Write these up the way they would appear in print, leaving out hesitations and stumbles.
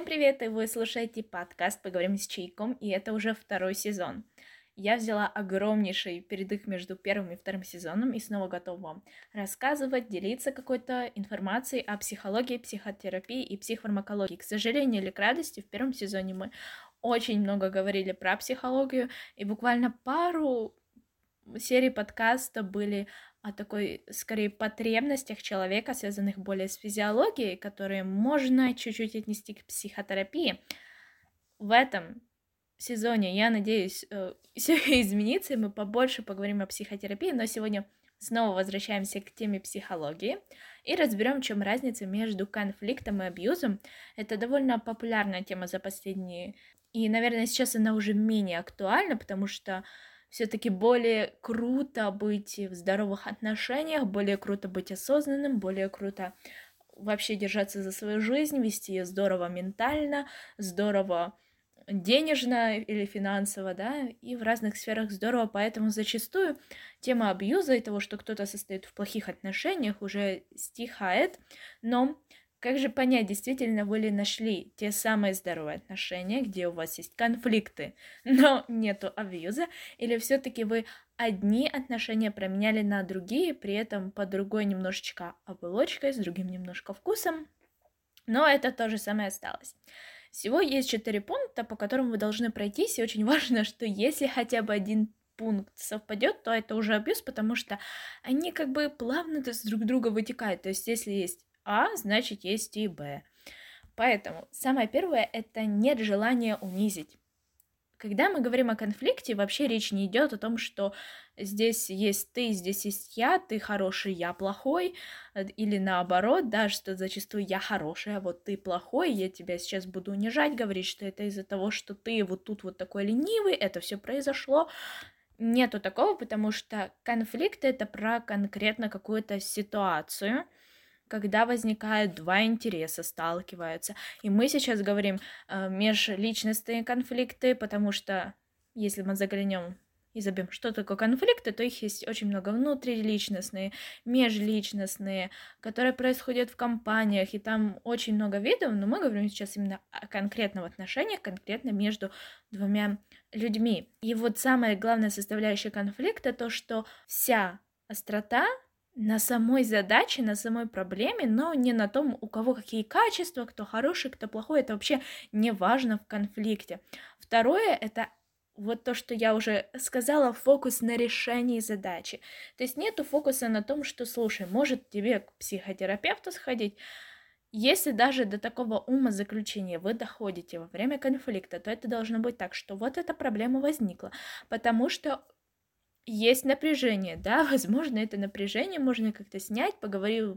Привет, и вы слушаете подкаст «Поговорим с Чайком», и это уже второй сезон. Я взяла огромнейший передых между первым и вторым сезоном и снова готова вам рассказывать, делиться какой-то информацией о психологии, психотерапии и психофармакологии. К сожалению или к радости, в первом сезоне мы очень много говорили про психологию, и буквально пару серии подкаста были о такой, скорее, потребностях человека, связанных более с физиологией, которые можно чуть-чуть отнести к психотерапии. В этом сезоне, я надеюсь, все изменится, и мы побольше поговорим о психотерапии, но сегодня снова возвращаемся к теме психологии и разберем, в чем разница между конфликтом и абьюзом. Это довольно популярная тема за последние, и, наверное, сейчас она уже менее актуальна, потому что все-таки более круто быть в здоровых отношениях, более круто быть осознанным, более круто вообще держаться за свою жизнь, вести ее здорово ментально, здорово денежно или финансово, да, и в разных сферах здорово, поэтому зачастую тема абьюза и того, что кто-то состоит в плохих отношениях, уже стихает, но как же понять, действительно вы ли нашли те самые здоровые отношения, где у вас есть конфликты, но нету абьюза, или все-таки вы одни отношения променяли на другие, при этом по другой немножечко оболочкой, с другим немножко вкусом, но это то же самое осталось. Всего есть 4 пункта, по которым вы должны пройтись, и очень важно, что если хотя бы один пункт совпадет, то это уже абьюз, потому что они как бы плавно с друг друга вытекают. То есть если есть А, значит есть и Б. Поэтому самое первое — это нет желания унизить. Когда мы говорим о конфликте, вообще речь не идет о том, что здесь есть ты, здесь есть я, ты хороший, я плохой, или наоборот, да, что зачастую я хорошая, а вот ты плохой, я тебя сейчас буду унижать, говорить, что это из-за того, что ты вот тут вот такой ленивый, это все произошло. Нету такого, потому что конфликт — это про конкретно какую-то ситуацию, когда возникают два интереса, сталкиваются. И мы сейчас говорим межличностные конфликты, потому что если мы заглянем и забьем, что такое конфликты, то их есть очень много: внутриличностные, межличностные, которые происходят в компаниях, и там очень много видов, но мы говорим сейчас именно о конкретных отношениях, конкретно между двумя людьми. И вот самая главная составляющая конфликта — то, что вся острота на самой задаче, на самой проблеме, но не на том, у кого какие качества, кто хороший, кто плохой. Это вообще не важно в конфликте. Второе — это вот то, что я уже сказала, фокус на решении задачи. То есть нету фокуса на том, что, слушай, может тебе к психотерапевту сходить. Если даже до такого умозаключения вы доходите во время конфликта, то это должно быть так, что вот эта проблема возникла, потому что есть напряжение, да, возможно, это напряжение можно как-то снять, поговорив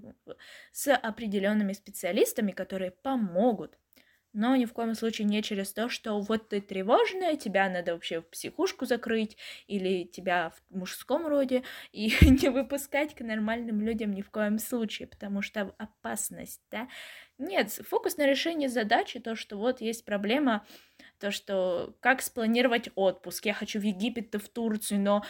с определенными специалистами, которые помогут, но ни в коем случае не через то, что вот ты тревожная, тебя надо вообще в психушку закрыть, или тебя в мужском роде, и не выпускать к нормальным людям ни в коем случае, потому что опасность, да. Нет, фокус на решении задачи, то, что вот есть проблема, то, что как спланировать отпуск. Я хочу в Египет, ты в Турцию, но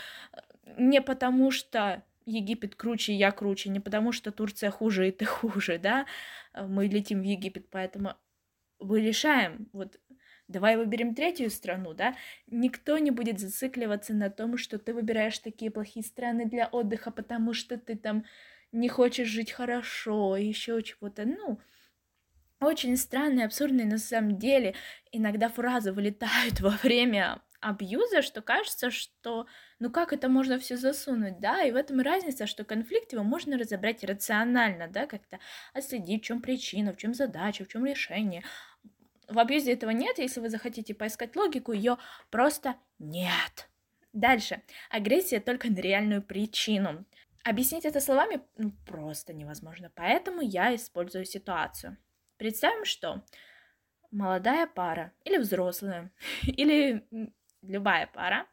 не потому что Египет круче, я круче, не потому что Турция хуже, и ты хуже, да, мы летим в Египет, поэтому мы решаем, вот, давай выберем третью страну, да, никто не будет зацикливаться на том, что ты выбираешь такие плохие страны для отдыха, потому что ты там не хочешь жить хорошо, еще чего-то, ну, очень странные, абсурдные на самом деле. Иногда фразы вылетают во время абьюза, что кажется, что ну как это можно все засунуть, да, и в этом и разница, что конфликт его можно разобрать рационально, да, как-то отследить, в чем причина, в чем задача, в чем решение. В абьюзе этого нет, если вы захотите поискать логику, ее просто нет. Дальше. Агрессия только на реальную причину. Объяснить это словами просто невозможно, поэтому я использую ситуацию. Представим, что молодая пара или взрослая, или любая пара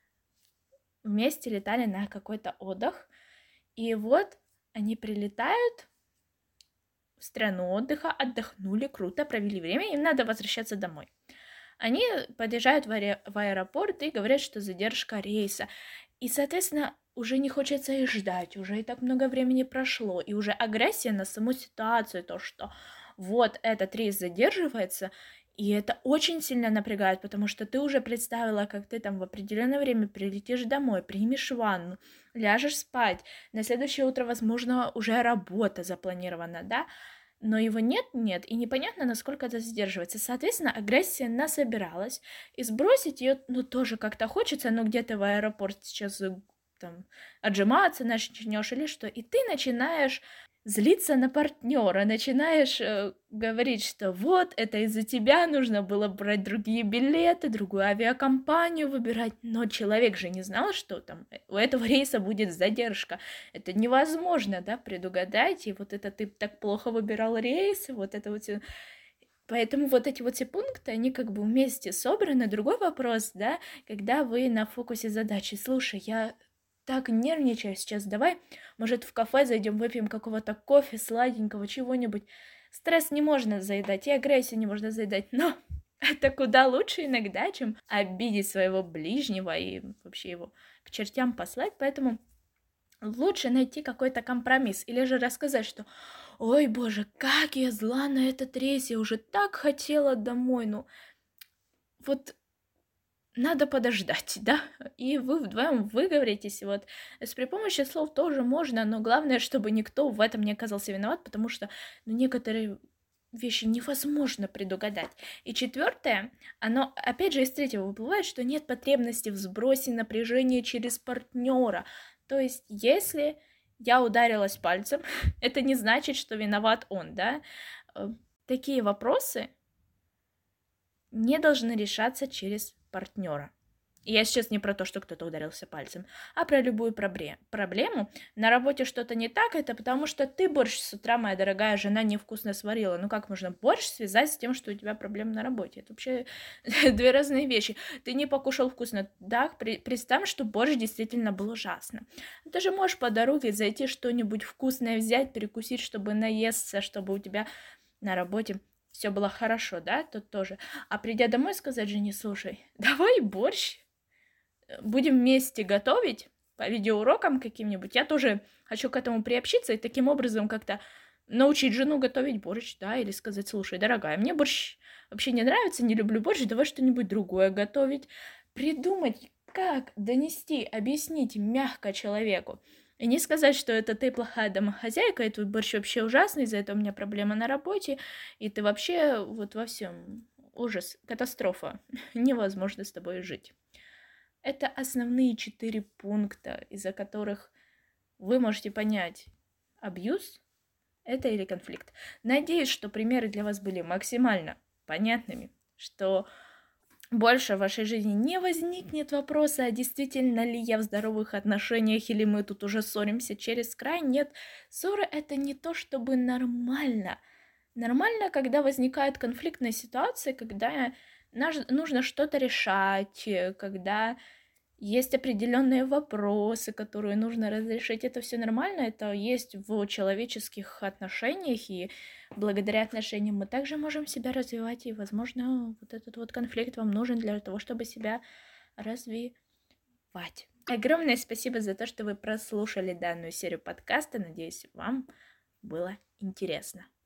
вместе летали на какой-то отдых, и вот они прилетают в страну отдыха, отдохнули, круто, провели время, им надо возвращаться домой. Они подъезжают в аэропорт и говорят, что задержка рейса. И, соответственно, уже не хочется их ждать, уже и так много времени прошло, и уже агрессия на саму ситуацию, то, что вот этот рейс задерживается, и это очень сильно напрягает, потому что ты уже представила, как ты там в определенное время прилетишь домой, примешь ванну, ляжешь спать, на следующее утро, возможно, уже работа запланирована, да, но его нет, и непонятно, насколько это задерживается. Соответственно, агрессия насобиралась, и сбросить ее, ну, тоже как-то хочется, но где-то в аэропорт сейчас там отжиматься начнешь или что, и ты начинаешь злиться на партнера, начинаешь говорить, что вот, это из-за тебя нужно было брать другие билеты, другую авиакомпанию выбирать, но человек же не знал, что там у этого рейса будет задержка. Это невозможно, да, предугадать, и вот это ты так плохо выбирал рейс, вот это вот всё. Поэтому вот эти вот все пункты, они как бы вместе собраны. Другой вопрос, да, когда вы на фокусе задачи. Слушай, я так нервничаю сейчас, давай, может, в кафе зайдем, выпьем какого-то кофе сладенького, чего-нибудь. Стресс не можно заедать, и агрессию не можно заедать, но это куда лучше иногда, чем обидеть своего ближнего и вообще его к чертям послать, поэтому лучше найти какой-то компромисс или же рассказать, что «Ой, боже, как я зла на этот рейс, я уже так хотела домой». Ну, вот надо подождать, да, и вы вдвоем выговоритесь, вот. При помощи слов тоже можно, но главное, чтобы никто в этом не оказался виноват, потому что, ну, некоторые вещи невозможно предугадать. И четвертое, оно, опять же, из третьего выплывает, что нет потребности в сбросе напряжения через партнера. То есть, если я ударилась пальцем, это не значит, что виноват он, да. Такие вопросы не должны решаться через партнера. И я сейчас не про то, что кто-то ударился пальцем, а про любую проблему. На работе что-то не так, это потому что ты борщ с утра, моя дорогая жена, невкусно сварила. Ну как можно борщ связать с тем, что у тебя проблемы на работе? Это вообще две разные вещи. Ты не покушал вкусно. Да, представь, что борщ действительно был ужасно. Ты же можешь по дороге зайти что-нибудь вкусное взять, перекусить, чтобы наесться, чтобы у тебя на работе все было хорошо, да, тут тоже. А придя домой, сказать жене: слушай, давай борщ будем вместе готовить по видеоурокам каким-нибудь. Я тоже хочу к этому приобщиться и таким образом как-то научить жену готовить борщ, да, или сказать: слушай, дорогая, мне борщ вообще не нравится, не люблю борщ, давай что-нибудь другое готовить. Придумать, как донести, объяснить мягко человеку. И не сказать, что это ты плохая домохозяйка, и твой борщ вообще ужасный, из-за этого у меня проблема на работе, и ты вообще вот во всем ужас, катастрофа, невозможно с тобой жить. Это основные 4 пункта, из-за которых вы можете понять, абьюз это или конфликт. Надеюсь, что примеры для вас были максимально понятными, что больше в вашей жизни не возникнет вопроса, а действительно ли я в здоровых отношениях, или мы тут уже ссоримся через край. Нет, ссоры это не то, чтобы нормально. Нормально, когда возникает конфликтная ситуация, когда нужно что-то решать, когда есть определенные вопросы, которые нужно разрешить. Это все нормально, это есть в человеческих отношениях, и благодаря отношениям мы также можем себя развивать, и, возможно, вот этот вот конфликт вам нужен для того, чтобы себя развивать. Огромное спасибо за то, что вы прослушали данную серию подкаста. Надеюсь, вам было интересно.